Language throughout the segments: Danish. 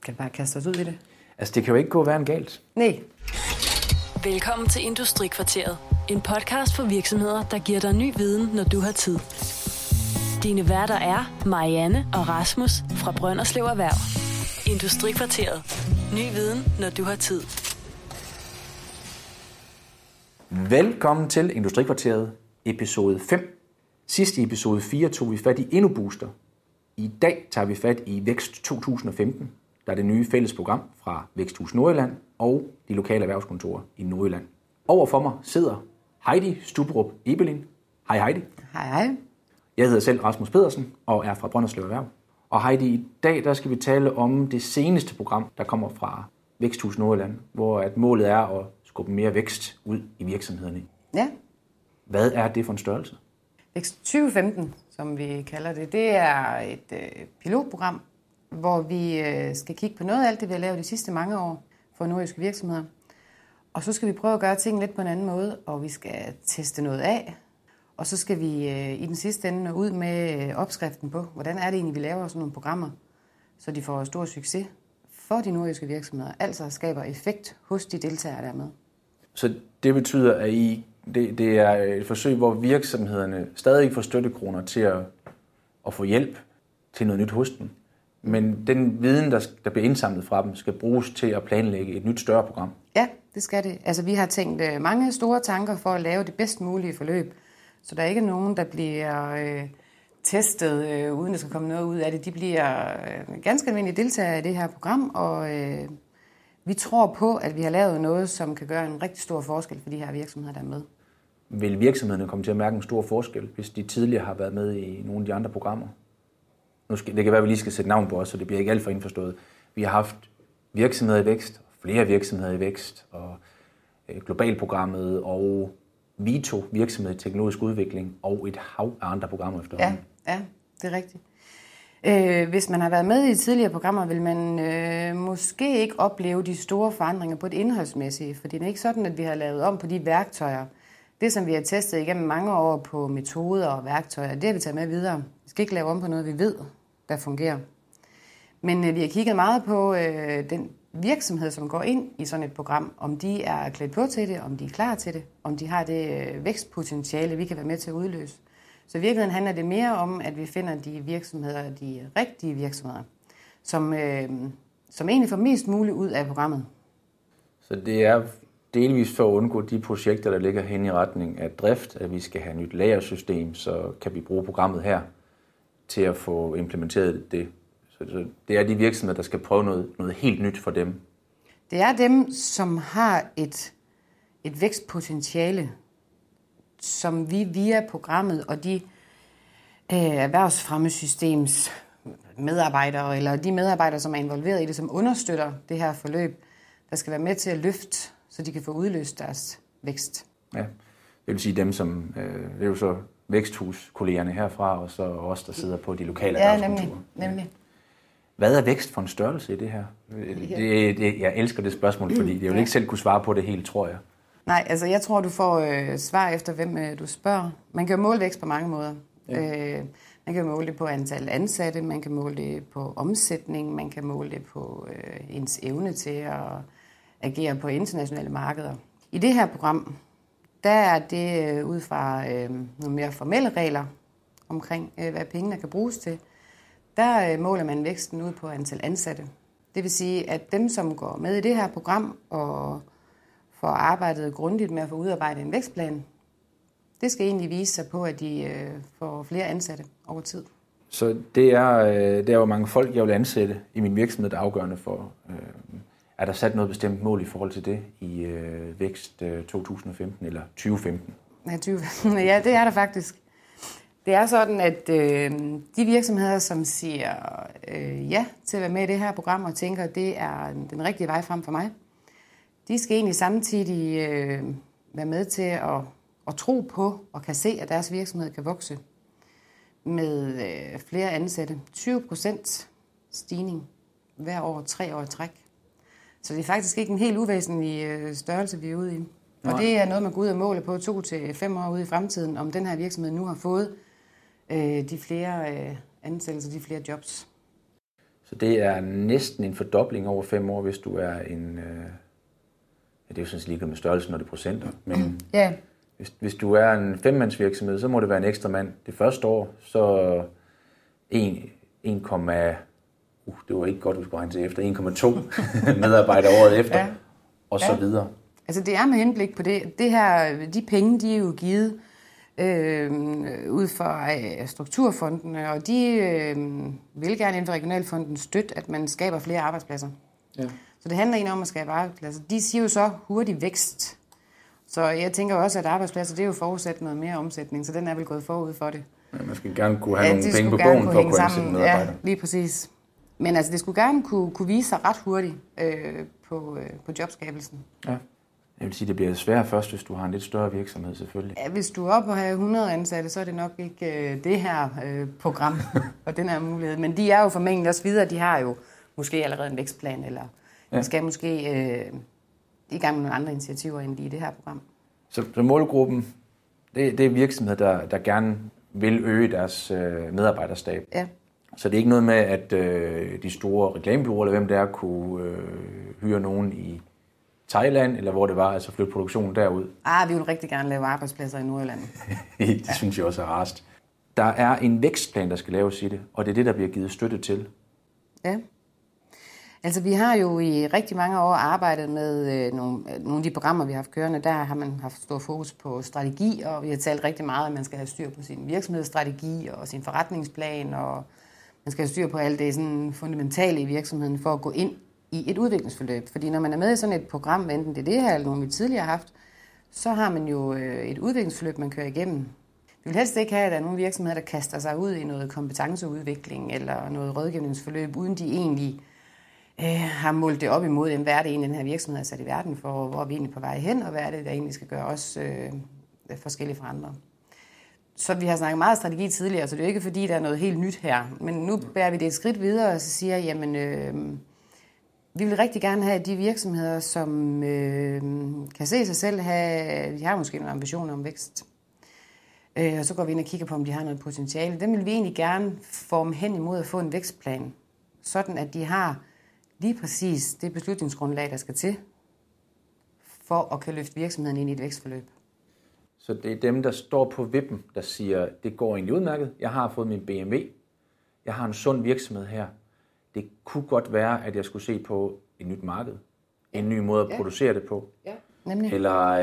Kan bare kaste os ud i det? Altså, det kan jo ikke gå værre end galt. Nej. Velkommen til Industrikvarteret. En podcast for virksomheder, der giver dig ny viden, når du har tid. Dine værter er Marianne og Rasmus fra Brønderslev Erhverv. Industrikvarteret. Ny viden, når du har tid. Velkommen til Industrikvarteret, episode 5. Sidst i episode 4 tog vi fat i InnoBooster. I dag tager vi fat i Vækst 2015, der er det nye fælles program fra Væksthus Nordjylland og de lokale erhvervskontorer i Nordjylland. Overfor mig sidder Heidi Stubrup Ebelin. Hej Heidi. Hej hej. Jeg hedder selv Rasmus Pedersen og er fra Brønderslev Erhverv. Og Heidi, i dag der skal vi tale om det seneste program, der kommer fra Væksthus Nordjylland, hvor at målet er at skubbe mere vækst ud i virksomhederne. Ja. Hvad er det for en størrelse? Vækst 2015, som vi kalder det, det er et pilotprogram, hvor vi skal kigge på noget af alt det, vi har lavet de sidste mange år for nordjyske virksomheder. Og så skal vi prøve at gøre tingene lidt på en anden måde, og vi skal teste noget af. Og så skal vi i den sidste ende nå ud med opskriften på, hvordan er det egentlig, vi laver sådan nogle programmer, så de får stor succes for de nordjyske virksomheder, altså skaber effekt hos de deltagere, der er med. Så det betyder, at det er et forsøg, hvor virksomhederne stadig får støttekroner til at få hjælp til noget nyt hos dem. Men den viden, der bliver indsamlet fra dem, skal bruges til at planlægge et nyt større program. Ja, det skal det. Altså, vi har tænkt mange store tanker for at lave det bedst mulige forløb. Så der er ikke nogen, der bliver testet, uden der skal komme noget ud af det. De bliver ganske almindelige deltagere i det her program, og vi tror på, at vi har lavet noget, som kan gøre en rigtig stor forskel for de her virksomheder, der er med. Vil virksomhederne komme til at mærke en stor forskel, hvis de tidligere har været med i nogle af de andre programmer? Det kan være, at vi lige skal sætte navn på os, så det bliver ikke alt for indforstået. Vi har haft virksomheder i vækst, flere virksomheder i vækst, og Globalprogrammet, og Vito, virksomhed i teknologisk udvikling, og et hav af andre programmer efterhånden. Ja, det er rigtigt. Hvis man har været med i tidligere programmer, vil man måske ikke opleve de store forandringer på det indholdsmæssige, for det er ikke sådan, at vi har lavet om på de værktøjer. Det, som vi har testet igennem mange år på metoder og værktøjer, det har vi taget med videre. Vi skal ikke lave om på noget, vi ved, der fungerer. Men vi har kigget meget på den virksomhed, som går ind i sådan et program, om de er klædt på til det, om de er klar til det, om de har det vækstpotentiale, vi kan være med til at udløse. Så i virkeligheden handler det mere om, at vi finder de virksomheder, de rigtige virksomheder, som egentlig får mest muligt ud af programmet. Så det er delvis for at undgå de projekter, der ligger hen i retning af drift, at vi skal have et nyt lagersystem, så kan vi bruge programmet her til at få implementeret det. Så det er de virksomheder, der skal prøve noget helt nyt for dem. Det er dem, som har et vækstpotentiale, som vi via programmet og de erhvervsfremmesystems medarbejdere, eller de medarbejdere, som er involveret i det, som understøtter det her forløb, der skal være med til at løfte, så de kan få udløst deres vækst. Ja, det vil sige dem, som det er jo så væksthuskollegerne herfra, og så os, der sidder på de lokale erhvervskontorer. Nemlig. Hvad er vækst for en størrelse i det her? Jeg elsker det spørgsmål, fordi jeg vil ikke selv kunne svare på det helt, tror jeg. Nej, altså jeg tror, du får svar efter, hvem du spørger. Man kan jo måle vækst på mange måder. Ja. Man kan måle det på antal ansatte, man kan måle det på omsætning, man kan måle det på ens evne til at agere på internationale markeder. I det her program, der er det ud fra nogle mere formelle regler omkring, hvad pengene kan bruges til. Der måler man væksten ud på antal ansatte. Det vil sige, at dem, som går med i det her program og får arbejdet grundigt med at få udarbejdet en vækstplan, det skal egentlig vise sig på, at de får flere ansatte over tid. Så det er jo mange folk, jeg vil ansætte i min virksomhed, der er afgørende for. Er der sat noget bestemt mål i forhold til det i Vækst 2015 eller 2015? Ja, 2015. Ja, det er der faktisk. Det er sådan, at de virksomheder, som siger ja til at være med i det her program og tænker, at det er den rigtige vej frem for mig, de skal egentlig samtidig være med til at tro på og kan se, at deres virksomhed kan vokse med flere ansatte. 20% stigning hver år, 3 år i træk. Så det er faktisk ikke en helt uvæsentlig størrelse, vi er ude i. Og det er noget, man går ud og måler på 2 til 5 år ude i fremtiden, om den her virksomhed nu har fået de flere ansættelser, de flere jobs. Så det er næsten en fordobling over 5 år, hvis du er en... det er jo sådan set lige med størrelsen, når det er procenter. Men hvis du er en 5-mandsvirksomhed, så må det være en ekstra mand. Det første år, så 1, det var ikke godt, vi skulle regne til efter, 1,2 medarbejdere året efter, og så videre. Altså det er med henblik på det. De penge, de er jo givet ud fra strukturfondene, og de vil gerne inden for regionalfonden støtte, at man skaber flere arbejdspladser. Ja. Så det handler egentlig om at skabe arbejdspladser. De siger jo så hurtig vækst. Så jeg tænker også, at arbejdspladser, det er jo forudsat noget mere omsætning, så den er vel gået forud for det. Ja, man skal gerne kunne have nogle penge på bogen for at kunne ansætte medarbejdere. Ja, lige præcis. Men altså, det skulle gerne kunne vise sig ret hurtigt på jobskabelsen. Ja. Jeg vil sige, det bliver sværere først, hvis du har en lidt større virksomhed, selvfølgelig. Ja, hvis du er oppe og har 100 ansatte, så er det nok ikke det her program og den her mulighed. Men de er jo formentlig også videre. De har jo måske allerede en vækstplan, eller de skal måske i gang med nogle andre initiativer end i det her program. Så målgruppen, det er virksomheder, der gerne vil øge deres medarbejderstab. Ja. Så det er ikke noget med, at de store reklamebureauer, eller hvem det er, kunne hyre nogen i Thailand, eller hvor det var, altså flytte produktionen derud. Vi vil rigtig gerne lave arbejdspladser i Nordjylland. Det synes jeg også er rarest. Der er en vækstplan, der skal laves i det, og det er det, der bliver givet støtte til. Ja. Altså vi har jo i rigtig mange år arbejdet med nogle af de programmer, vi har haft kørende. Der har man haft stor fokus på strategi, og vi har talt rigtig meget, at man skal have styr på sin virksomhedsstrategi og sin forretningsplan, og man skal have styr på alt det sådan fundamentale i virksomheden for at gå ind i et udviklingsforløb. Fordi når man er med i sådan et program, enten det er det her eller nogle vi tidligere har haft, så har man jo et udviklingsforløb, man kører igennem. Vi vil helst ikke have, at der er nogle virksomheder, der kaster sig ud i noget kompetenceudvikling eller noget rådgivningsforløb, uden de egentlig har målt det op imod, hvad er det egentlig, den her virksomhed er sat i verden for, hvor er vi egentlig på vej hen, og hvad er det, der egentlig skal gøre os forskellige fra andre. Så vi har snakket meget strategi tidligere, så det er jo ikke fordi, der er noget helt nyt her. Men nu bærer vi det et skridt videre, og så siger jamen, vi vil rigtig gerne have de virksomheder, som kan se sig selv de har måske nogle ambitioner om vækst. Og så går vi ind og kigger på, om de har noget potentiale. Dem vil vi egentlig gerne forme hen imod at få en vækstplan, sådan at de har lige præcis det beslutningsgrundlag, der skal til, for at kan løfte virksomheden ind i et vækstforløb. Så det er dem, der står på vippen, der siger, det går egentlig udmærket. Jeg har fået min BMW. Jeg har en sund virksomhed her. Det kunne godt være, at jeg skulle se på et nyt marked. En ny måde at producere det på. Ja, nemlig. Eller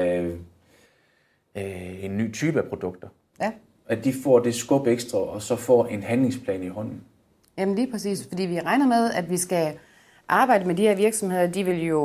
en ny type af produkter. Ja. At de får det skub ekstra, og så får en handlingsplan i hånden. Jamen lige præcis, fordi vi regner med, at vi skal arbejde med de her virksomheder. De vil jo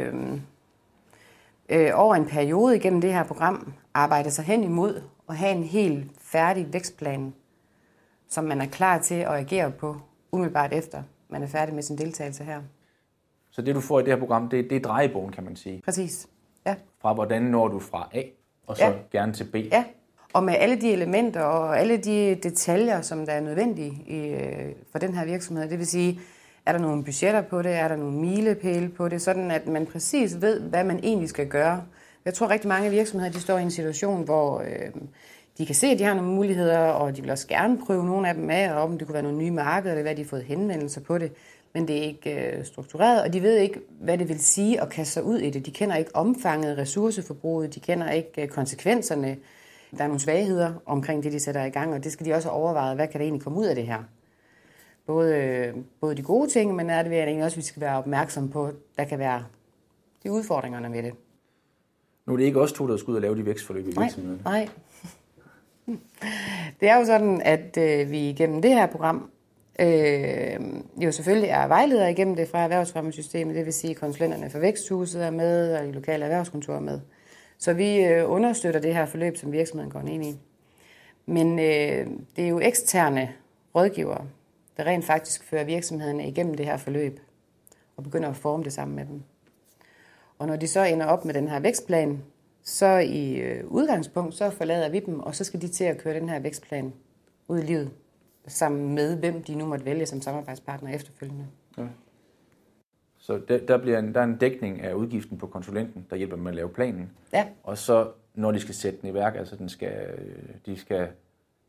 over en periode igennem det her program arbejde sig hen imod og have en helt færdig vækstplan, som man er klar til at agere på umiddelbart efter man er færdig med sin deltagelse her. Så det, du får i det her program, det er drejebogen, kan man sige? Præcis, ja. Fra hvordan når du fra A, og så gerne til B? Ja, og med alle de elementer og alle de detaljer, som der er nødvendige for den her virksomhed. Det vil sige, er der nogle budgetter på det, er der nogle milepæle på det, sådan at man præcis ved, hvad man egentlig skal gøre. Jeg tror rigtig mange virksomheder, de står i en situation, hvor de kan se, at de har nogle muligheder, og de vil også gerne prøve nogle af dem af, og om det kunne være nogle nye markeder, eller hvad de har fået henvendelser på det. Men det er ikke struktureret, og de ved ikke, hvad det vil sige at kaste sig ud i det. De kender ikke omfanget, ressourceforbruget, de kender ikke konsekvenserne. Der er nogle svagheder omkring det, de sætter i gang, og det skal de også overveje, hvad kan der egentlig komme ud af det her. Både de gode ting, men er det egentlig også, vi skal være opmærksomme på, der kan være de udfordringerne ved det. Nu er det ikke os to, der skal ud og lave de vækstforløb i virksomheden. Nej. Det er jo sådan, at vi igennem det her program jo selvfølgelig er vejledere igennem det fra erhvervsfremmesystemet, det vil sige, at konsulenterne for Væksthuset er med, og de lokale erhvervskontorer er med. Så vi understøtter det her forløb, som virksomheden går ind i. Men det er jo eksterne rådgivere, der rent faktisk fører virksomhederne igennem det her forløb, og begynder at forme det sammen med dem. Og når de så ender op med den her vækstplan, så i udgangspunkt, så forlader vi dem, og så skal de til at køre den her vækstplan ud i livet, sammen med hvem de nu måtte vælge som samarbejdspartner efterfølgende. Ja. Så der er en dækning af udgiften på konsulenten, der hjælper med at lave planen. Ja. Og så, når de skal sætte den i værk, altså de skal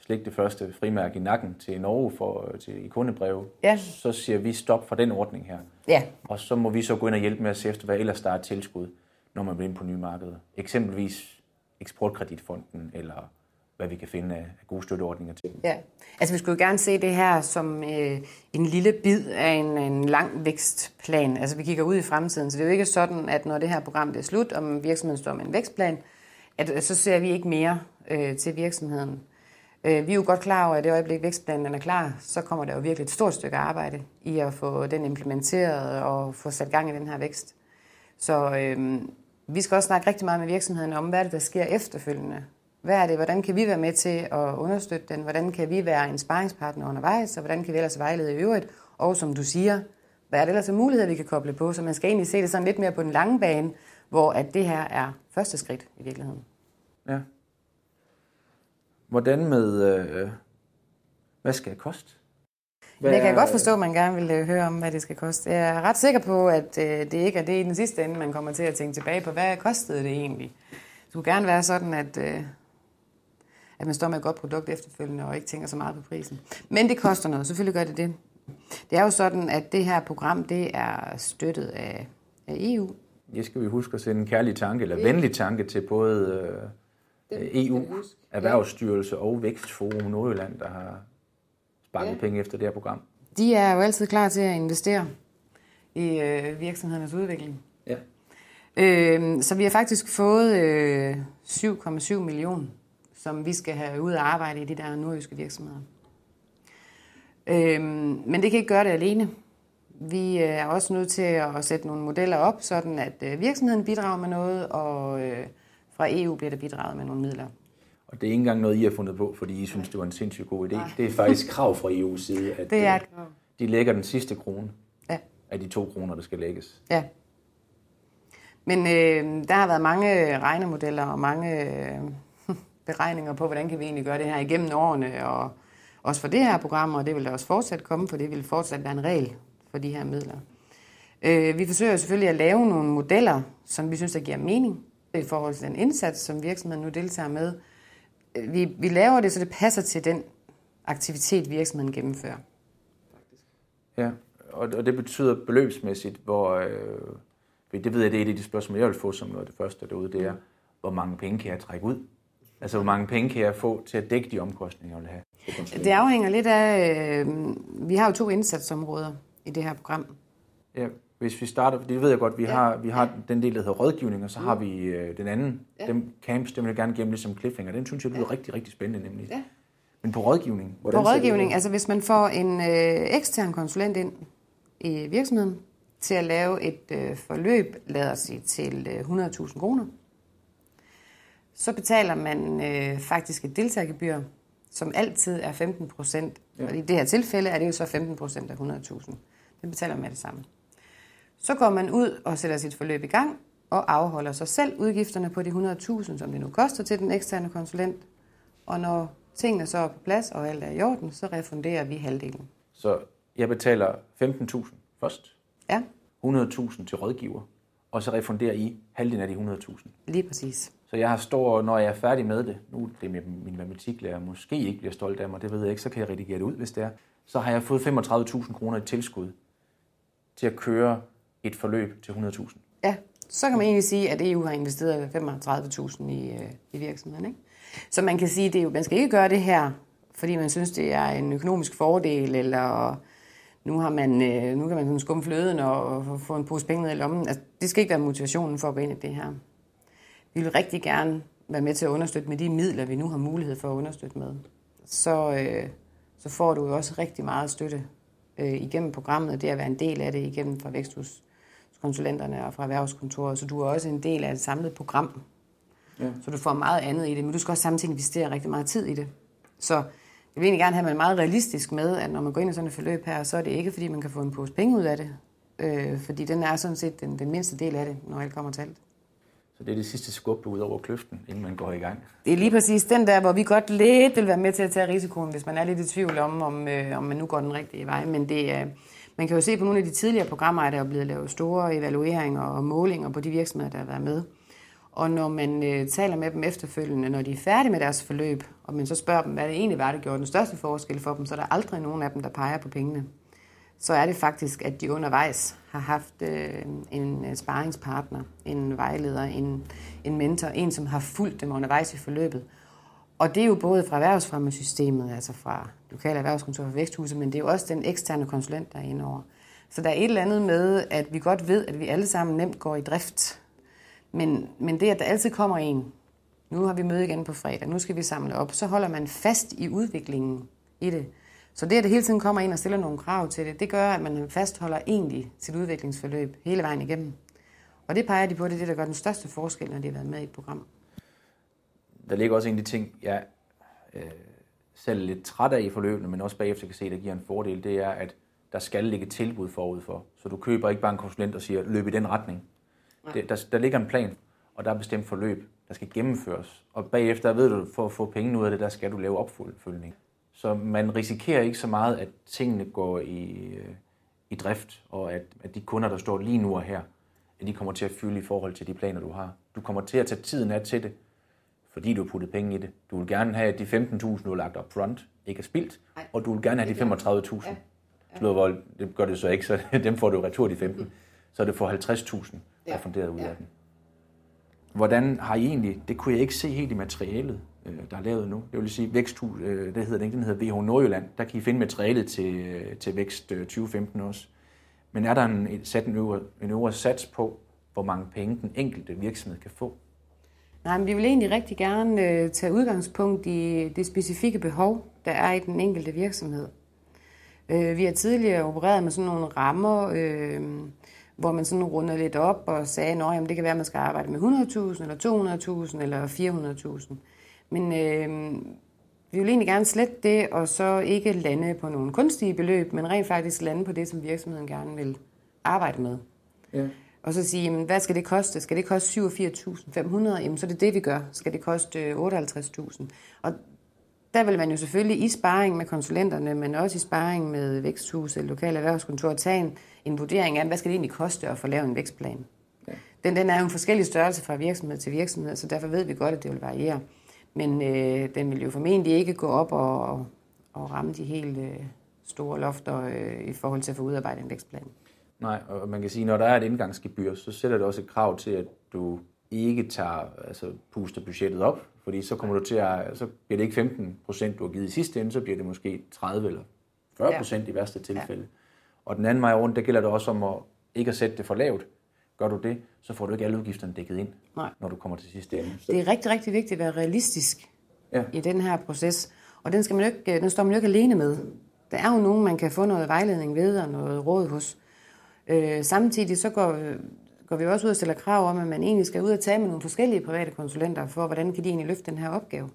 slik det første frimærke i nakken til Norge i kundebreve, Ja. så siger vi stop for den ordning her. Ja. Og så må vi så gå ind og hjælpe med at se efter, hvad ellers der er tilskud, når man vil ind på nye markeder. Eksempelvis Eksportkreditfonden, eller hvad vi kan finde af gode støtteordninger til dem. Ja, altså vi skulle jo gerne se det her som en lille bid af en lang vækstplan. Altså vi kigger ud i fremtiden, så det er jo ikke sådan, at når det her program er slut, om virksomheden står med en vækstplan, at så ser vi ikke mere til virksomheden. Vi er jo godt klar over, at det øjeblik vækstplanen er klar, så kommer der jo virkelig et stort stykke arbejde i at få den implementeret og få sat gang i den her vækst. Så vi skal også snakke rigtig meget med virksomhederne om, hvad er det, der sker efterfølgende. Hvad er det? Hvordan kan vi være med til at understøtte den? Hvordan kan vi være en sparringspartner undervejs? Og hvordan kan vi ellers vejlede i øvrigt? Og som du siger, hvad er det ellers af muligheder, vi kan koble på? Så man skal egentlig se det sådan lidt mere på den lange bane, hvor at det her er første skridt i virkeligheden. Ja. Hvordan med, hvad skal det koste? Jeg kan godt forstå, at man gerne vil høre om, hvad det skal koste. Jeg er ret sikker på, at det ikke er det i den sidste ende, man kommer til at tænke tilbage på. Hvad kostede det egentlig? Det skulle gerne være sådan, at man står med et godt produkt efterfølgende og ikke tænker så meget på prisen. Men det koster noget. Selvfølgelig gør det det. Det er jo sådan, at det her program, det er støttet af EU. Det skal vi huske at sende en kærlig tanke, eller venlig tanke til både EU, Erhvervsstyrelse og Vækstforum Nordjylland, der har sparket penge efter det her program. De er jo altid klar til at investere i virksomhedernes udvikling. Ja. Så vi har faktisk fået 7,7 millioner, som vi skal have ud at arbejde i de der nordjyske virksomheder. Men det kan ikke gøre det alene. Vi er også nødt til at sætte nogle modeller op, sådan at virksomheden bidrager med noget, og fra EU bliver der bidraget med nogle midler. Og det er ikke engang noget, I har fundet på, fordi I synes, det var en sindssygt god idé. Nej. Det er faktisk krav fra EU's side, at det er de lægger den sidste krone af de 2 kroner, der skal lægges. Ja. Men der har været mange regnemodeller og mange beregninger på, hvordan kan vi egentlig gøre det her igennem årene, og også for det her program, og det vil der også fortsat komme, for det vil fortsat være en regel for de her midler. Vi forsøger selvfølgelig at lave nogle modeller, som vi synes, der giver mening i forhold til den indsats, som virksomheden nu deltager med. Vi laver det, så det passer til den aktivitet, virksomheden gennemfører. Ja, og det betyder beløbsmæssigt, hvor... det ved jeg, det er et af de spørgsmål, jeg vil få som noget af det første derude, det er, hvor mange penge kan jeg trække ud? Altså, hvor mange penge kan jeg få til at dække de omkostninger, jeg vil have? Det afhænger lidt af... Vi har jo 2 indsatsområder i det her program. Ja, hvis vi starter, det ved jeg godt, vi har den del, der hedder rådgivning, og så har vi den anden, dem camps, dem vil jeg gerne gemme lidt som cliffhanger. Den synes jeg lyder rigtig, rigtig spændende nemlig. Ja. Men på rådgivning? På rådgivning, altså hvis man får en ekstern konsulent ind i virksomheden til at lave et forløb, lader sig til 100.000 kroner, så betaler man faktisk et deltagergebyr, som altid er 15%. Ja. Og i det her tilfælde er det jo så 15% af 100.000. Det betaler man med det samme. Så går man ud og sætter sit forløb i gang og afholder sig selv udgifterne på de 100.000, som det nu koster til den eksterne konsulent. Og når tingene så er på plads og alt er i orden, så refunderer vi halvdelen. Så jeg betaler 15.000 først, ja. 100.000 til rådgiver, og så refunderer I halvdelen af de 100.000. Lige præcis. Så jeg har når jeg er færdig med det, nu det med min matematiklærer måske ikke bliver stolt af mig, det ved jeg ikke, så kan jeg redigere det ud, hvis det er. Så har jeg fået 35.000 kroner i tilskud til at køre et forløb til 100.000. Ja, så kan man egentlig sige, at EU har investeret 35.000 i virksomheden. Ikke? Så man kan sige, at man skal ikke gøre det her, fordi man synes, det er en økonomisk fordel, eller nu kan man skumme fløden og få en pose penge ned i lommen. Altså, det skal ikke være motivationen for at gå ind i det her. Vi vil rigtig gerne være med til at understøtte med de midler, vi nu har mulighed for at understøtte med. Så får du jo også rigtig meget støtte igennem programmet, det at være en del af det igennem fra væksthuskonsulenterne og fra erhvervskontoret, så du er også en del af et samlet program. Ja. Så du får meget andet i det, men du skal også samtidig investere rigtig meget tid i det. Så jeg vil egentlig gerne have man meget realistisk med, at når man går ind i sådan et forløb her, så er det ikke, fordi man kan få en pose penge ud af det, fordi den er sådan set den mindste del af det, når alt kommer til alt. Så det er det sidste skub ud over kløften, inden man går i gang. Det er lige præcis den der, hvor vi godt lidt vil være med til at tage risikoen, hvis man er lidt i tvivl om man nu går den rigtige vej. Men man kan jo se på nogle af de tidligere programmer, at der er blevet lavet store evalueringer og målinger på de virksomheder, der har været med. Og når man taler med dem efterfølgende, når de er færdige med deres forløb, og man så spørger dem, hvad det egentlig var, der gjorde den største forskel for dem, så er der aldrig nogen af dem, der peger på pengene. Så er det faktisk, at de undervejs har haft en sparringspartner, en vejleder, en mentor, en som har fulgt dem undervejs i forløbet. Og det er jo både fra erhvervsfremmesystemet, altså fra lokale erhvervskontor for væksthuset, men det er jo også den eksterne konsulent, der er inde over. Så der er et eller andet med, at vi godt ved, at vi alle sammen nemt går i drift. Men det, at der altid kommer en, nu har vi møde igen på fredag, nu skal vi samle op, så holder man fast i udviklingen i det. Så det, at det hele tiden kommer ind og stiller nogle krav til det, det gør, at man fastholder egentlig sit udviklingsforløb hele vejen igennem. Og det peger de på, det er det, der gør den største forskel, når de har været med i et program. Der ligger også en af de ting, jeg selv er lidt træt af i forløbene, men også bagefter kan se, der giver en fordel, det er, at der skal ligge tilbud forud for. Så du køber ikke bare en konsulent og siger, løb i den retning. Der ligger en plan, og der er bestemt forløb, der skal gennemføres. Og bagefter ved du, for at få penge ud af det, der skal du lave opfølgning. Så man risikerer ikke så meget, at tingene går i drift, og at de kunder, der står lige nu og her, at de kommer til at fylde i forhold til de planer, du har. Du kommer til at tage tiden af til det, fordi du har puttet penge i det. Du vil gerne have, at de 15.000, du har lagt up front, ikke er spildt, og du vil gerne have de 35.000. Ja. Det gør det så ikke, så dem får du retur de 15. Så det får 50.000, der er funderet ud af den. Hvordan har I egentlig, det kunne jeg ikke se helt i materialet, der er lavet nu. Det vil sige, væksthus, den hedder VH Nordjylland, der kan I finde materialet til Vækst 2015 også. Men er der sat en øvre sats på, hvor mange penge den enkelte virksomhed kan få? Nej, men vi vil egentlig rigtig gerne tage udgangspunkt i det specifikke behov, der er i den enkelte virksomhed. Vi har tidligere opereret med sådan nogle rammer, hvor man sådan runder lidt op og sagde, at det kan være, at man skal arbejde med 100.000, eller 200.000, eller 400.000. Men vi vil egentlig gerne slette det, og så ikke lande på nogle kunstige beløb, men rent faktisk lande på det, som virksomheden gerne vil arbejde med. Ja. Og så sige, jamen, hvad skal det koste? Skal det koste 87.500? Jamen, så er det det, vi gør. Skal det koste 58.000? Og der vil man jo selvfølgelig i sparring med konsulenterne, men også i sparring med væksthuset, lokale erhvervskontor, tage en vurdering af, hvad skal det egentlig koste at få lavet en vækstplan. Ja. Den er jo en forskellig størrelse fra virksomhed til virksomhed, så derfor ved vi godt, at det vil variere. Men den vil jo formentlig ikke gå op og ramme de helt store lofter i forhold til at få udarbejdet en vækstplan. Nej, og man kan sige, når der er et indgangsgebyr, så sætter det også et krav til, at du ikke puster budgettet op, fordi så kommer du til så bliver det ikke 15%, du har givet i sidste ende, så bliver det måske 30 eller 40% i værste tilfælde. Ja. Og den anden vej rundt, der gælder det også om at ikke at sætte det for lavt. Gør du det, så får du ikke alle udgifterne dækket ind, når du kommer til sidste ende. Det er rigtig, rigtig vigtigt at være realistisk i den her proces, og den står man jo ikke alene med. Der er jo nogen, man kan få noget vejledning ved og noget råd hos. Samtidig så går vi også ud og stiller krav om, at man egentlig skal ud og tale med nogle forskellige private konsulenter for, hvordan kan de egentlig løfte den her opgave.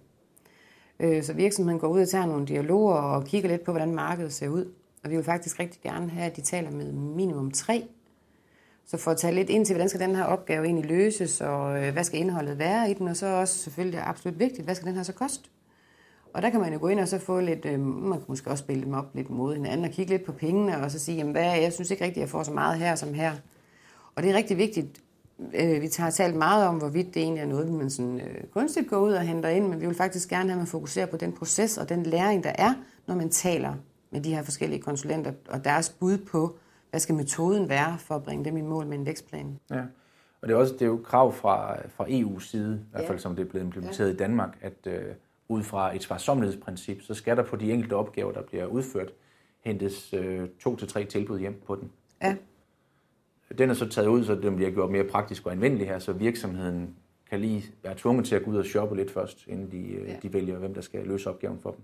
Så virksomheden går ud og tager nogle dialoger og kigger lidt på, hvordan markedet ser ud. Og vi vil faktisk rigtig gerne have, at de taler med minimum 3. Så for at tage lidt ind til, hvordan skal den her opgave egentlig løses, og hvad skal indholdet være i den, og så også selvfølgelig det er absolut vigtigt, hvad skal den her så koste? Og der kan man jo gå ind og så få lidt, man kan måske også spille dem op lidt mod hinanden og kigge lidt på pengene, og så sige, jamen jeg synes ikke rigtigt, at jeg får så meget her som her. Og det er rigtig vigtigt. Vi har talt meget om, hvorvidt det egentlig er noget, man sådan kunstigt går ud og henter ind, men vi vil faktisk gerne have, at man fokuserer på den proces og den læring, der er, når man taler med de her forskellige konsulenter, og deres bud på, hvad skal metoden være for at bringe dem i mål med en vækstplan. Ja, og det er jo krav fra EU's side, i hvert fald som det er blevet implementeret i Danmark, at ud fra et sparsomlighedsprincip, så skal der på de enkelte opgaver, der bliver udført, hentes 2-3 tilbud hjem på den. Ja. Den er så taget ud, så den bliver gjort mere praktisk og anvendelig her, så virksomheden kan lige være tvunget til at gå ud og shoppe lidt først, inden de vælger, hvem der skal løse opgaven for dem.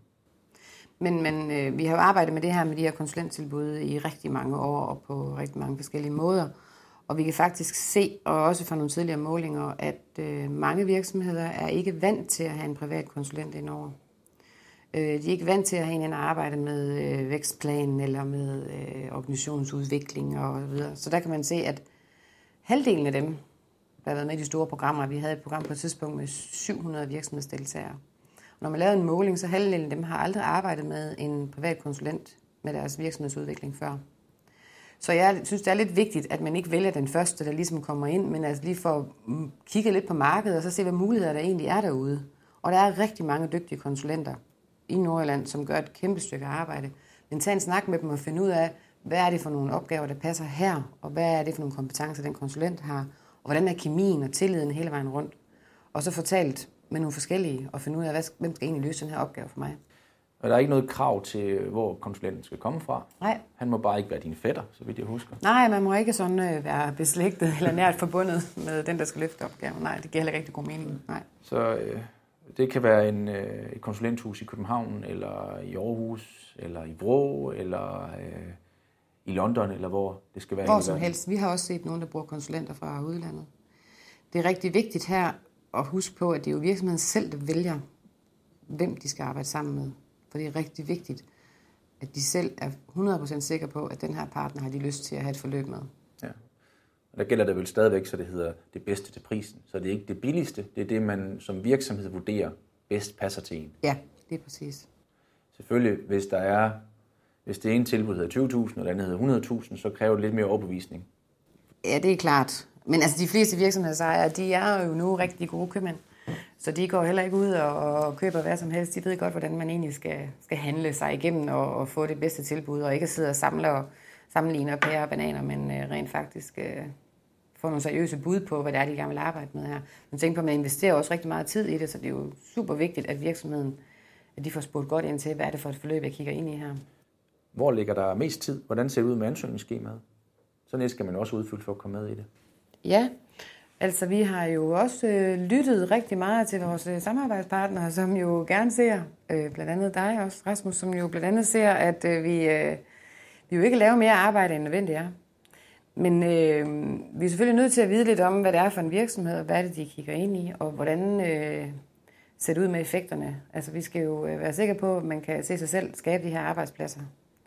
Men vi har jo arbejdet med det her med de her konsulenttilbud i rigtig mange år og på rigtig mange forskellige måder. Og vi kan faktisk se, og også fra nogle tidligere målinger, at mange virksomheder er ikke vant til at have en privat konsulent indover. De er ikke vant til at have en at arbejde med vækstplanen eller med organisationsudvikling og så videre. Så der kan man se, at halvdelen af dem, der har været med i de store programmer, vi havde et program på et tidspunkt med 700 virksomhedsdeltagere. Når man lavede en måling, så halvdelen af dem har aldrig arbejdet med en privat konsulent med deres virksomhedsudvikling før. Så jeg synes, det er lidt vigtigt, at man ikke vælger den første, der ligesom kommer ind, men altså lige får kigget lidt på markedet, og så se, hvad muligheder der egentlig er derude. Og der er rigtig mange dygtige konsulenter i Nordjylland, som gør et kæmpe stykke arbejde. Men tag en snak med dem og finde ud af, hvad er det for nogle opgaver, der passer her, og hvad er det for nogle kompetencer, den konsulent har, og hvordan er kemien og tilliden hele vejen rundt. Og så fortalt med nogle forskellige, og finde ud af, hvem skal egentlig løse den her opgave for mig. Og der er ikke noget krav til, hvor konsulenten skal komme fra? Nej. Han må bare ikke være din fætter, så vidt jeg husker. Nej, man må ikke sådan være beslægtet eller nært forbundet med den, der skal løfte opgaven. Nej, det giver heller ikke rigtig god mening. Nej. Så det kan være et konsulenthus i København, eller i Aarhus, eller i Vrå, eller i London, eller hvor det skal være. Hvor som helst. Vi har også set nogen, der bruger konsulenter fra udlandet. Det er rigtig vigtigt her at huske på, at det er jo virksomheden selv, der vælger, hvem de skal arbejde sammen med. For det er rigtig vigtigt, at de selv er 100% sikre på, at den her partner har de lyst til at have et forløb med. Ja. Og der gælder det vel stadigvæk, så det hedder det bedste til prisen. Så det er ikke det billigste, det er det, man som virksomhed vurderer bedst passer til en. Ja, det er præcis. Selvfølgelig, hvis det ene tilbud hedder 20.000, og det andet hedder 100.000, så kræver det lidt mere overbevisning. Ja, det er klart. Men altså, de fleste virksomhedsejere, de er jo nu rigtig gode købmænd. Så de går heller ikke ud og køber hvad som helst. De ved godt, hvordan man egentlig skal handle sig igennem og få det bedste tilbud, og ikke sidde og sammenligne pærer og bananer, men rent faktisk få nogle seriøse bud på, hvad det er, de gerne vil arbejde med her. Men tænk på, at man investerer også rigtig meget tid i det, så det er jo super vigtigt, at virksomheden at de får spurgt godt ind til, hvad er det for et forløb, jeg kigger ind i her. Hvor ligger der mest tid? Hvordan ser det ud med ansøgningsskemaet? Sådan et skal man også udfylde for at komme med i det. Ja, altså vi har jo også lyttet rigtig meget til vores samarbejdspartnere, som jo gerne ser, blandt andet dig også, Rasmus, som jo blandt andet ser, at vi jo ikke laver mere arbejde, end nødvendigt er. Men vi er selvfølgelig nødt til at vide lidt om, hvad det er for en virksomhed, og hvad det de kigger ind i, og hvordan ser det ud med effekterne. Altså vi skal jo være sikre på, at man kan se sig selv skabe de her arbejdspladser.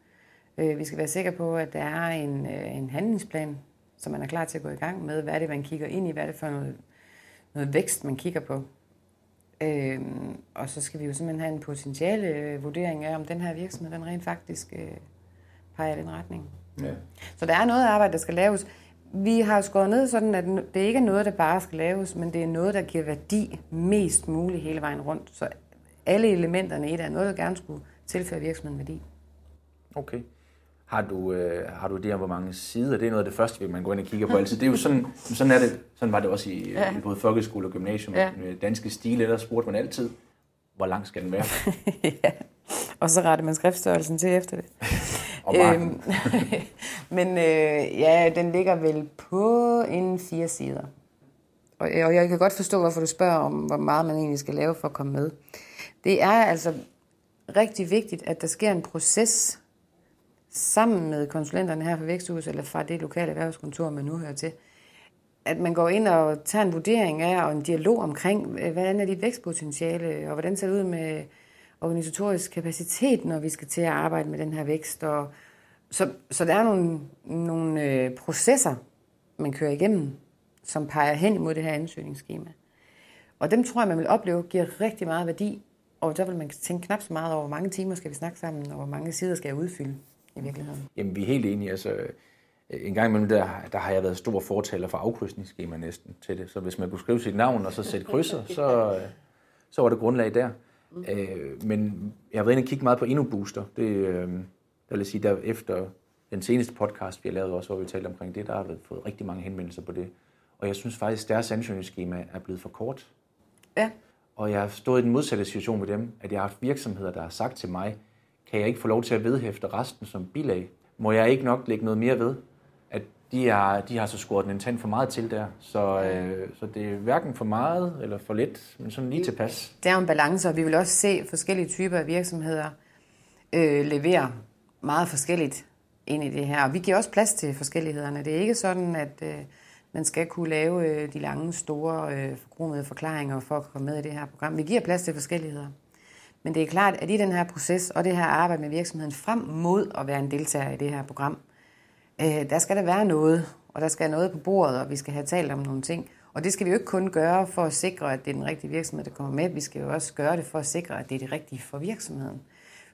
Vi skal være sikre på, at der er en handlingsplan, så man er klar til at gå i gang med, hvad er det, man kigger ind i, hvad er det for noget vækst, man kigger på. Og så skal vi jo simpelthen have en potentiale vurdering af, om den her virksomhed, den rent faktisk peger i den retning. Ja. Så der er noget arbejde, der skal laves. Vi har skåret ned sådan, at det ikke er noget, der bare skal laves, men det er noget, der giver værdi mest muligt hele vejen rundt. Så alle elementerne i det er noget, der gerne skulle tilføre virksomheden værdi. Okay. Har du det her, hvor mange sider? Det er noget af det første, man går ind og kigger på. Altså, det er jo sådan er det. Sådan var det også i både folkeskole og gymnasium. Ja. Med danske stile, der spurgte man altid, hvor lang skal den være? Ja. Og så retter man skriftstørrelsen til efter det. Men ja, den ligger vel på en 4 sider. Og jeg kan godt forstå, hvorfor du spørger om, hvor meget man egentlig skal lave for at komme med. Det er altså rigtig vigtigt, at der sker en proces sammen med konsulenterne her fra Væksthuset, eller fra det lokale erhvervskontor, man nu hører til, at man går ind og tager en vurdering af, og en dialog omkring, hvordan er dit vækstpotentiale, og hvordan ser det ud med organisatorisk kapacitet, når vi skal til at arbejde med den her vækst. Og så der er nogle processer, man kører igennem, som peger hen imod det her ansøgningsskema. Og dem tror jeg, man vil opleve, giver rigtig meget værdi, og der vil man tænke knap så meget over, hvor mange timer skal vi snakke sammen, og hvor mange sider skal jeg udfylde i virkeligheden. Jamen, vi er helt enige. Altså, en gang imellem, der har jeg været stor fortaler for afkrydsningsskema næsten til det. Så hvis man kunne skrive sit navn og så sætte krydser, så var det grundlag der. Men jeg har været inde og kigge meget på InnoBooster. Der vil sige, der efter den seneste podcast, vi har lavet også, hvor vi talte omkring det, der har vi fået rigtig mange henvendelser på det. Og jeg synes faktisk, at deres ansøgningsskema er blevet for kort. Ja. Og jeg har stået i den modsatte situation med dem, at jeg har haft virksomheder, der har sagt til mig, kan jeg ikke få lov til at vedhæfte resten som bilag? Må jeg ikke nok lægge noget mere ved? At de har så skåret en tand for meget til der. Så det er hverken for meget eller for lidt, men sådan lige tilpas. Det er jo en balance, og vi vil også se forskellige typer af virksomheder levere meget forskelligt ind i det her. Og vi giver også plads til forskellighederne. Det er ikke sådan, at man skal kunne lave de lange, store, forkromede forklaringer for at komme med i det her program. Vi giver plads til forskelligheder. Men det er klart, at i den her proces og det her arbejde med virksomheden frem mod at være en deltager i det her program, der skal der være noget, og der skal noget på bordet, og vi skal have talt om nogle ting. Og det skal vi jo ikke kun gøre for at sikre, at det er den rigtige virksomhed, der kommer med. Vi skal jo også gøre det for at sikre, at det er det rigtige for virksomheden.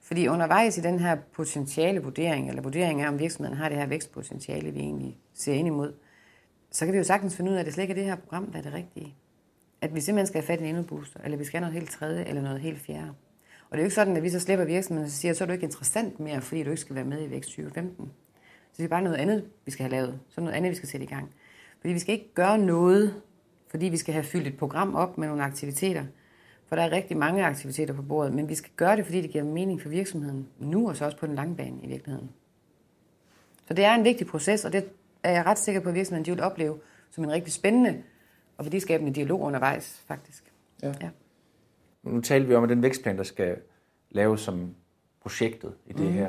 Fordi undervejs i den her potentiale vurdering, eller vurdering af, om virksomheden har det her vækstpotentiale, vi egentlig ser ind imod, så kan vi jo sagtens finde ud af, at det slet ikke er det her program, der er det rigtige. At vi simpelthen skal have fat i en endnu-booster, eller vi skal have noget helt tredje, eller noget helt fjerde. Og det er jo ikke sådan, at vi så slipper virksomheden og siger, så er du ikke interessant mere, fordi du ikke skal være med i Vækst 2015. Så det er bare noget andet, vi skal have lavet. Så noget andet, vi skal sætte i gang. Fordi vi skal ikke gøre noget, fordi vi skal have fyldt et program op med nogle aktiviteter. For der er rigtig mange aktiviteter på bordet, men vi skal gøre det, fordi det giver mening for virksomheden nu, og så også på den lange bane i virkeligheden. Så det er en vigtig proces, og det er jeg ret sikker på, at virksomheden vil opleve som en rigtig spændende og værdiskabende dialog undervejs, faktisk. Ja. Nu taler vi om, at den vækstplan, der skal laves som projektet i det her,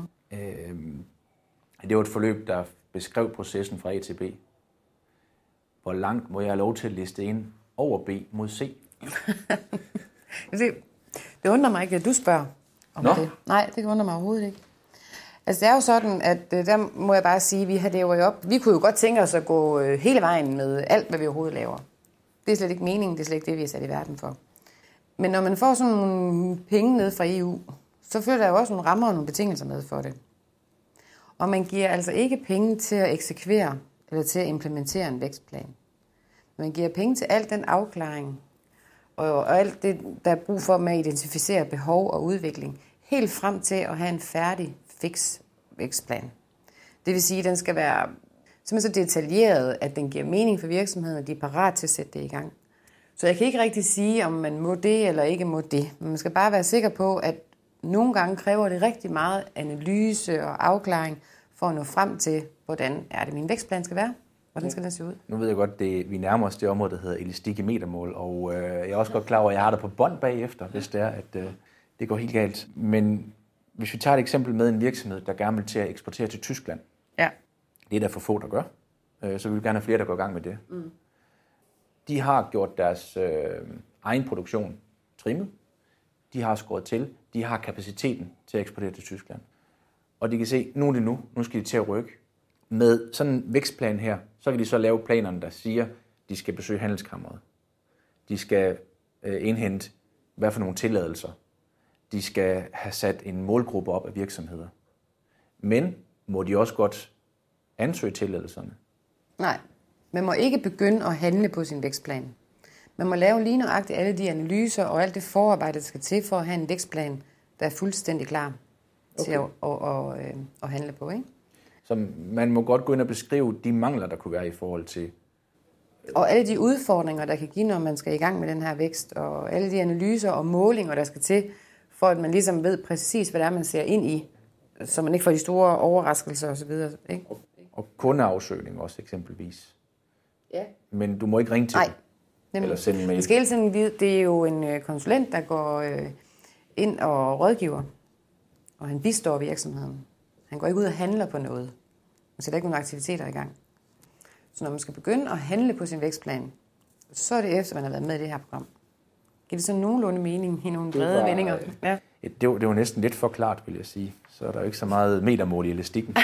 det var et forløb, der beskrev processen fra A til B. Hvor langt må jeg have lov til at liste ind over B mod C? Det undrer mig ikke, at du spørger om det. Nej, det undrer mig overhovedet ikke. Altså det er jo sådan, at der må jeg bare sige, at vi har lever jo op. Vi kunne jo godt tænke os at gå hele vejen med alt, hvad vi overhovedet laver. Det er slet ikke meningen, det er slet ikke det, vi er sat i verden for. Men når man får sådan nogle penge ned fra EU, så følger der jo også nogle rammer og nogle betingelser med for det. Og man giver altså ikke penge til at eksekvere eller til at implementere en vækstplan. Man giver penge til al den afklaring og alt det, der er brug for med at identificere behov og udvikling, helt frem til at have en færdig fix vækstplan. Det vil sige, at den skal være simpelthen så detaljeret, at den giver mening for virksomheden, og de er parat til at sætte det i gang. Så jeg kan ikke rigtig sige, om man må det eller ikke må det. Men man skal bare være sikker på, at nogle gange kræver det rigtig meget analyse og afklaring for at nå frem til, hvordan er det, min vækstplan skal være. Hvordan skal den se ud? Nu ved jeg godt, vi nærmer os det område, der hedder elastik i metermål, og jeg er også godt klar over, at jeg har det på bånd bagefter, hvis det er, at det går helt galt. Men hvis vi tager et eksempel med en virksomhed, der gerne vil til at eksportere til Tyskland. Ja. Det er der for få, der gør. Så vi vil gerne have flere, der går i gang med det. De har gjort deres egen produktion trimmet. De har skåret til. De har kapaciteten til at eksportere til Tyskland. Og de kan se, nu er det nu. Nu skal de til at rykke. Med sådan en vækstplan her, så kan de så lave planerne, der siger, de skal besøge handelskammeret. De skal indhente, hvad for nogle tilladelser. De skal have sat en målgruppe op af virksomheder. Men må de også godt ansøge tilladelserne? Nej, man må ikke begynde at handle på sin vækstplan. Man må lave lige nøjagtigt alle de analyser og alt det forarbejde, der skal til for at have en vækstplan, der er fuldstændig klar til at handle på, ikke? Så man må godt gå ind og beskrive de mangler, der kunne være i forhold til... Og alle de udfordringer, der kan give, når man skal i gang med den her vækst, og alle de analyser og målinger, der skal til, for at man ligesom ved præcis, hvad det er, man ser ind i, så man ikke får de store overraskelser osv. Ikke? Og kundeafsøgning også eksempelvis. Ja. Men du må ikke ringe til dem, eller sende en mail. Man skal hele tiden vide, det er jo en konsulent, der går ind og rådgiver, og han bistår virksomheden. Han går ikke ud og handler på noget. Man sætter ikke nogen aktiviteter i gang. Så når man skal begynde at handle på sin vækstplan, så er det efter, man har været med i det her program. Giver det så nogenlunde mening i nogle brede vendinger? Ja. Det var næsten lidt for klart, vil jeg sige. Så er der jo ikke så meget metermål i elastikken.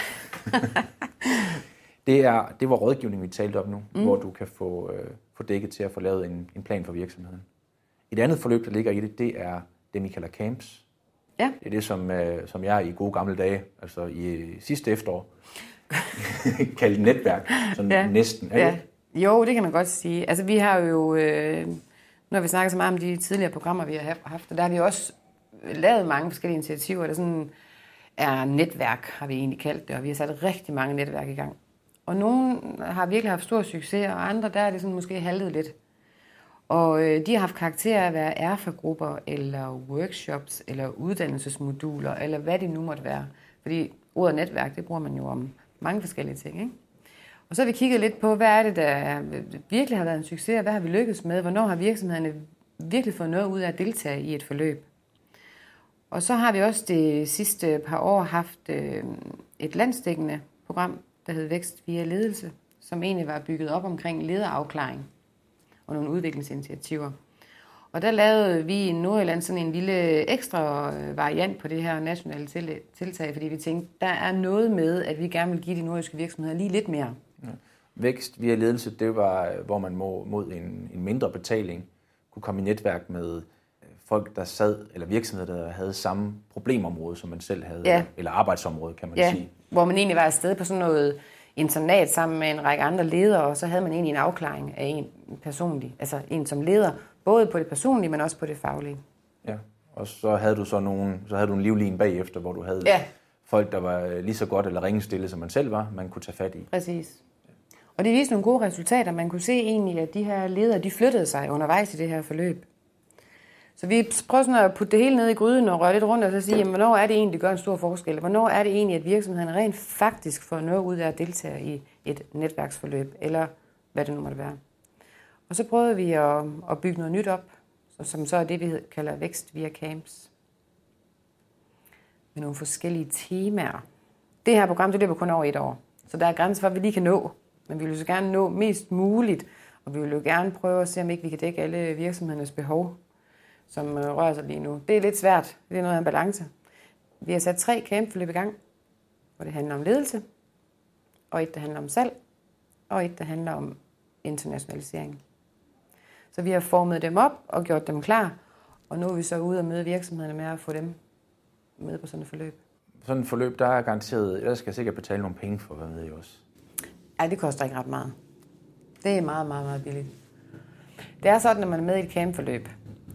Det var rådgivning, vi talte om nu, hvor du kan få dækket til at få lavet en plan for virksomheden. Et andet forløb, der ligger i det er det, vi kalder camps. Ja. Det er det, som jeg i gode gamle dage, altså i sidste efterår, kaldte netværk. Sådan næsten. Ja. Jo, det kan man godt sige. Altså vi har jo, når vi snakker så meget om de tidligere programmer, vi har haft, der har vi også lavet mange forskellige initiativer, der sådan er netværk, har vi egentlig kaldt det, og vi har sat rigtig mange netværk i gang. Og nogle har virkelig haft stor succes, og andre der er det sådan måske haltet lidt. Og de har haft karakter af at være erfagrupper, eller workshops, eller uddannelsesmoduler, eller hvad det nu måtte være. Fordi ordet netværk, det bruger man jo om mange forskellige ting, ikke? Og så har vi kigget lidt på, hvad er det, der virkelig har været en succes, og hvad har vi lykkes med? Hvornår har virksomhederne virkelig fået noget ud af at deltage i et forløb? Og så har vi også de sidste par år haft et landsdækkende program, der hed Vækst via ledelse, som egentlig var bygget op omkring lederafklaring og nogle udviklingsinitiativer. Og der lavede vi i Nordjylland sådan en lille ekstra variant på det her nationale tiltag, fordi vi tænkte, der er noget med, at vi gerne vil give de nordiske virksomheder lige lidt mere. Ja. Vækst via ledelse, det var, hvor man mod en mindre betaling kunne komme i netværk med folk, der sad, eller virksomheder, der havde samme problemområde, som man selv havde, eller arbejdsområde, kan man sige. Hvor man egentlig var afsted på sådan noget internat sammen med en række andre ledere, og så havde man egentlig en afklaring af en personlig, altså en som leder, både på det personlige, men også på det faglige. Ja, og så havde du en livline bagefter, hvor du havde folk, der var lige så godt eller ringestille, som man selv var, man kunne tage fat i. Præcis. Og det viste nogle gode resultater. Man kunne se egentlig, at de her ledere, de flyttede sig undervejs i det her forløb. Så vi prøver sådan at putte det hele ned i gryden og røre lidt rundt og så sige, jamen, hvornår er det egentlig, det gør en stor forskel? Hvornår er det egentlig, at virksomheden rent faktisk får noget ud af at deltage i et netværksforløb, eller hvad det nu måtte være. Og så prøvede vi at bygge noget nyt op, som så er det, vi kalder vækst via camps. Med nogle forskellige temaer. Det her program, det løber kun over 1 år. Så der er grænser for, hvad vi lige kan nå. Men vi vil jo så gerne nå mest muligt, og vi vil jo gerne prøve at se, om ikke vi kan dække alle virksomhedernes behov, som rører sig lige nu. Det er lidt svært. Det er noget af en balance. Vi har sat 3 campforløb i gang, hvor det handler om ledelse, og et, der handler om salg, og et, der handler om internationalisering. Så vi har formet dem op og gjort dem klar, og nu er vi så ude og møde virksomhederne med at få dem med på sådan et forløb. Sådan et forløb, der er garanteret, jeg skal sikkert betale nogle penge for at være med i også. Ej, det koster ikke ret meget. Det er meget, meget, meget billigt. Det er sådan, når man er med i et campforløb,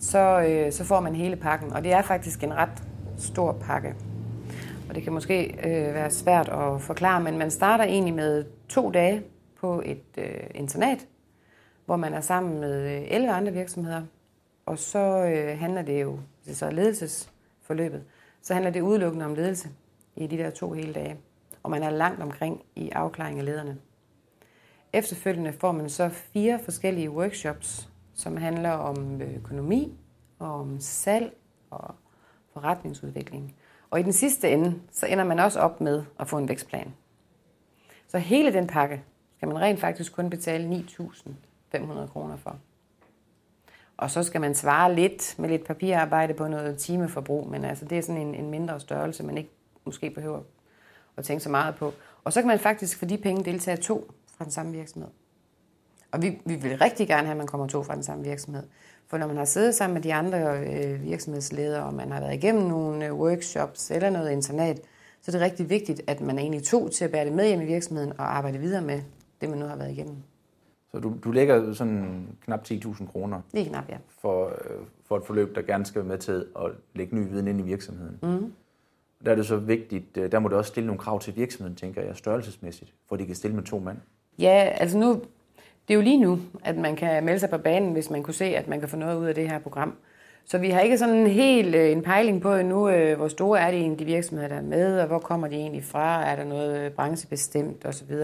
så får man hele pakken, og det er faktisk en ret stor pakke. Og det kan måske være svært at forklare, men man starter egentlig med 2 dage på et internat, hvor man er sammen med 11 andre virksomheder, og så handler det jo, det er så ledelsesforløbet, så handler det udelukkende om ledelse i de der 2 hele dage, og man er langt omkring i afklaring af lederne. Efterfølgende får man så 4 forskellige workshops, som handler om økonomi, og om salg og forretningsudvikling. Og i den sidste ende, så ender man også op med at få en vækstplan. Så hele den pakke skal man rent faktisk kun betale 9.500 kroner for. Og så skal man svare lidt med lidt papirarbejde på noget timeforbrug, men altså det er sådan en mindre størrelse, man ikke måske behøver at tænke så meget på. Og så kan man faktisk for de penge deltage 2 fra den samme virksomhed. Og vi vil rigtig gerne have, at man kommer 2 fra den samme virksomhed. For når man har siddet sammen med de andre virksomhedsledere, og man har været igennem nogle workshops eller noget internat, så er det rigtig vigtigt, at man er egentlig 2 til at bære det med hjem i virksomheden og arbejde videre med det, man nu har været igennem. Så du lægger sådan knap 10.000 kroner lige knap, ja. For et forløb, der gerne skal være med til at lægge ny viden ind i virksomheden. Mm. Der er det så vigtigt, der må du også stille nogle krav til virksomheden, tænker jeg, størrelsesmæssigt, for de kan stille med 2 mand. Ja, altså nu, det er jo lige nu, at man kan melde sig på banen, hvis man kunne se, at man kan få noget ud af det her program. Så vi har ikke sådan helt en pejling på endnu, hvor store er det egentlig, de virksomheder, der er med, og hvor kommer de egentlig fra, er der noget branchebestemt osv.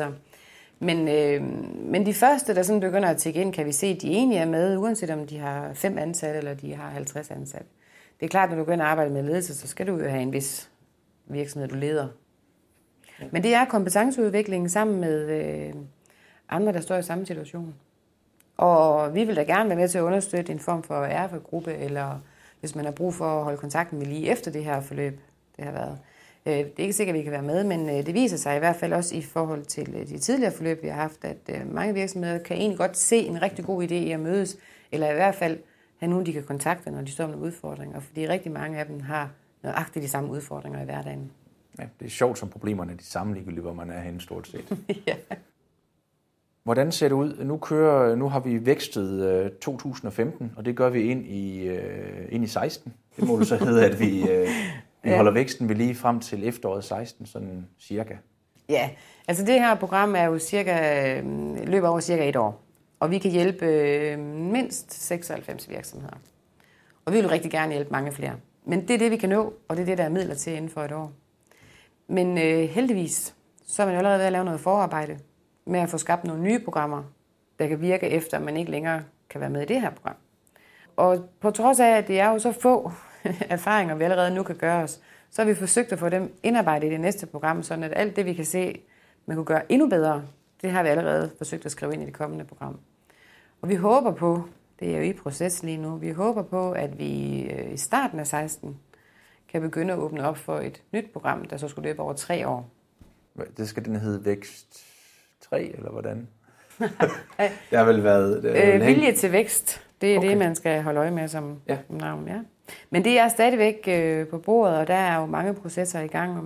Men de første, der sådan begynder at tjekke ind, kan vi se, at de egentlig er med, uanset om de har 5 ansatte eller de har 50 ansatte. Det er klart, når du begynder at arbejde med ledelse, så skal du jo have en vis virksomhed, du leder. Men det er kompetenceudvikling sammen med andre, der står i samme situation. Og vi vil da gerne være med til at understøtte en form for RF-gruppe, eller hvis man har brug for at holde kontakten med lige efter det her forløb, det har været. Det er ikke sikkert, at vi kan være med, men det viser sig i hvert fald også i forhold til de tidligere forløb, vi har haft, at mange virksomheder kan egentlig godt se en rigtig god idé i at mødes, eller i hvert fald have nogen, de kan kontakte, når de står med udfordringer, fordi rigtig mange af dem har nøjagtigt de samme udfordringer i hverdagen. Ja, det er sjovt, som problemerne er de samme ligegyldigt, hvor man er henne stort set. Ja. Hvordan ser det ud? Nu har vi vækstet 2015, og det gør vi ind i 16. Det må du så hedde, at vi holder væksten ved lige frem til efteråret 16, sådan cirka. Ja, altså det her program er jo løber over cirka 1 år, og vi kan hjælpe mindst 96 virksomheder. Og vi vil rigtig gerne hjælpe mange flere. Men det er det, vi kan nå, og det er det, der er midler til inden for 1 år. Men heldigvis, så er man jo allerede ved at lave noget forarbejde med at få skabt nogle nye programmer, der kan virke efter, at man ikke længere kan være med i det her program. Og på trods af, at det er jo så få erfaringer, vi allerede nu kan gøre os, så har vi forsøgt at få dem indarbejdet i det næste program, sådan at alt det, vi kan se, man kunne gøre endnu bedre, det har vi allerede forsøgt at skrive ind i det kommende program. Og vi håber på, det er jo i proces lige nu, vi håber på, at vi i starten af 16 kan begynde at åbne op for et nyt program, der så skulle løbe over 3 år. Det skal den hedde Vækst 3, eller hvordan? Det har vel været... vilje til vækst, det er okay. Det, man skal holde øje med som navn, ja. Men det er stadigvæk på bordet, og der er jo mange processer i gang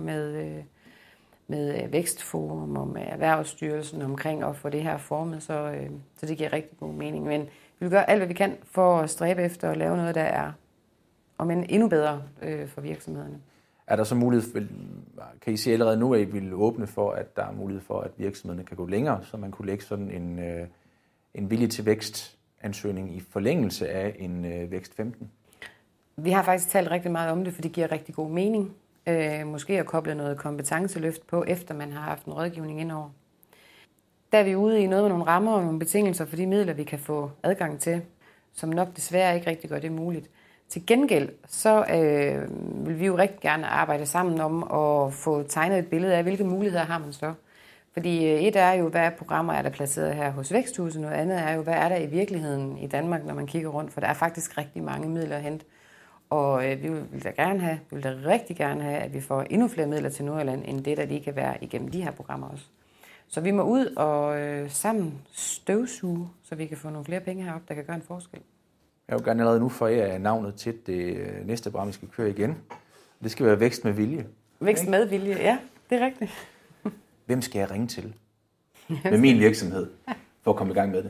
med Vækstforum og med Erhvervsstyrelsen omkring at få det her formet, så det giver rigtig god mening. Men vi vil gøre alt, hvad vi kan for at stræbe efter at lave noget, der er endnu bedre for virksomhederne. Er der så mulighed, kan I sige allerede nu, at I vil åbne for, at der er mulighed for, at virksomhederne kan gå længere, så man kunne lægge sådan en vilje til vækstansøgning i forlængelse af en Vækst 15? Vi har faktisk talt rigtig meget om det, for det giver rigtig god mening. Måske at koble noget kompetenceløft på, efter man har haft en rådgivning indover. Der er vi ude i noget med nogle rammer og nogle betingelser for de midler, vi kan få adgang til, som nok desværre ikke rigtig gør det muligt. Til gengæld så vil vi jo rigtig gerne arbejde sammen om at få tegnet et billede af, hvilke muligheder har man så. Fordi et er jo, hvad programmer er der placeret her hos Væksthuset, noget andet er jo, hvad er der i virkeligheden i Danmark, når man kigger rundt, for der er faktisk rigtig mange midler at hente. Og vi vil da rigtig gerne have, at vi får endnu flere midler til Nordjylland, end det, der lige kan være igennem de her programmer også. Så vi må ud og sammen støvsuge, så vi kan få nogle flere penge herop, der kan gøre en forskel. Jeg vil gerne allerede nu forære navnet til det næste program, vi skal køre igen. Det skal være Vækst med vilje. Vækst med vilje, ja, det er rigtigt. Hvem skal jeg ringe til med min virksomhed for at komme i gang med det?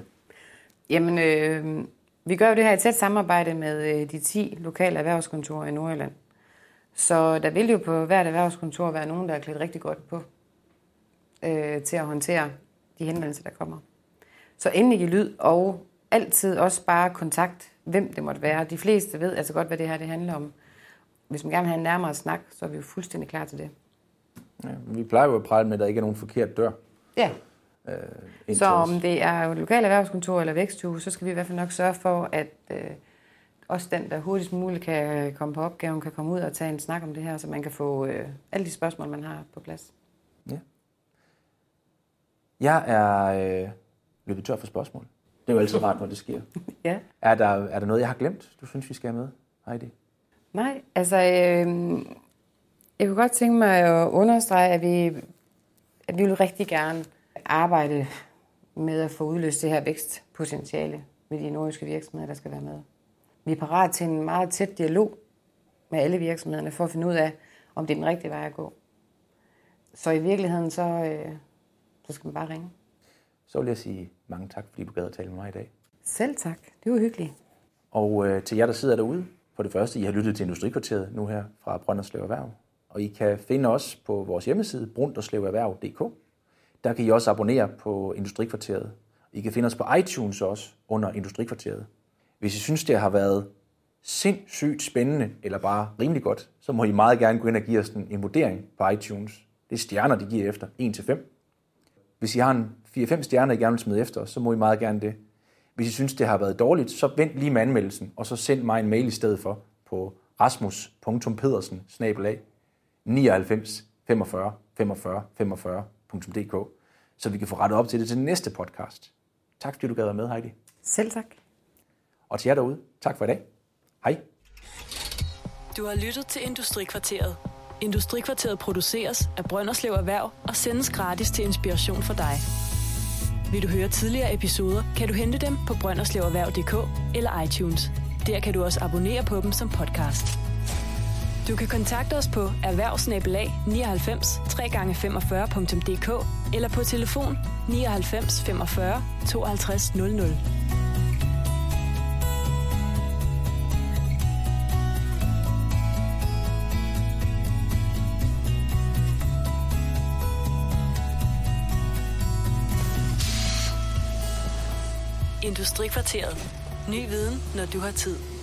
Jamen, vi gør jo det her i tæt samarbejde med de 10 lokale erhvervskontorer i Nordjylland. Så der vil jo på hvert erhvervskontor være nogen, der er klædt rigtig godt på til at håndtere de henvendelser, der kommer. Så endelig i lyd og altid også bare kontakt, hvem det måtte være. De fleste ved altså godt, hvad det her det handler om. Hvis man gerne vil have en nærmere snak, så er vi jo fuldstændig klar til det. Ja, vi plejer jo at prale med, at der ikke er nogen forkert dør. Ja. Så om det er jo lokale erhvervskontor eller væksthus, så skal vi i hvert fald nok sørge for, at også den, der hurtigst muligt kan komme på opgaven, kan komme ud og tage en snak om det her, så man kan få alle de spørgsmål, man har på plads. Ja. Jeg er løbet tør for spørgsmål. Det er jo altid rart, når det sker. Ja. Er der noget, jeg har glemt, du synes, vi skal have med, Heidi? Nej, altså jeg kunne godt tænke mig at understrege, at vi vil rigtig gerne arbejde med at få udløst det her vækstpotentiale med de nordjyske virksomheder, der skal være med. Vi er parat til en meget tæt dialog med alle virksomhederne for at finde ud af, om det er den rigtige vej at gå. Så i virkeligheden, så skal man bare ringe. Så vil jeg sige mange tak, fordi du gad at tale med mig i dag. Selv tak. Det var hyggeligt. Og til jer, der sidder derude, for det første, I har lyttet til Industrikvarteret nu her fra Brønderslev Erhverv. Og I kan finde os på vores hjemmeside, brundersleverhverv.dk. Der kan I også abonnere på Industrikvarteret. I kan finde os på iTunes også under Industrikvarteret. Hvis I synes, det har været sindssygt spændende, eller bare rimelig godt, så må I meget gerne gå ind og give os en vurdering på iTunes. Det er stjerner, de giver efter 1-5. Hvis I har en 4-5 stjerner, I gerne vil smide efter, så må I meget gerne det. Hvis I synes, det har været dårligt, så vent lige med anmeldelsen, og så send mig en mail i stedet for på rasmus.pedersen@99454545.dk, så vi kan få rettet op til det til den næste podcast. Tak fordi du gad være med, Heidi. Selv tak. Og til jer derude, tak for i dag. Hej. Du har lyttet til Industrikvarteret. Industrikvarteret produceres af Brønderslev Erhverv og sendes gratis til inspiration for dig. Vil du høre tidligere episoder, kan du hente dem på brøndersleverhverv.dk eller iTunes. Der kan du også abonnere på dem som podcast. Du kan kontakte os på erhvervsnabelag99 3x45.dk eller på telefon 99 45 52 00. Industrikvarteret. Ny viden, når du har tid.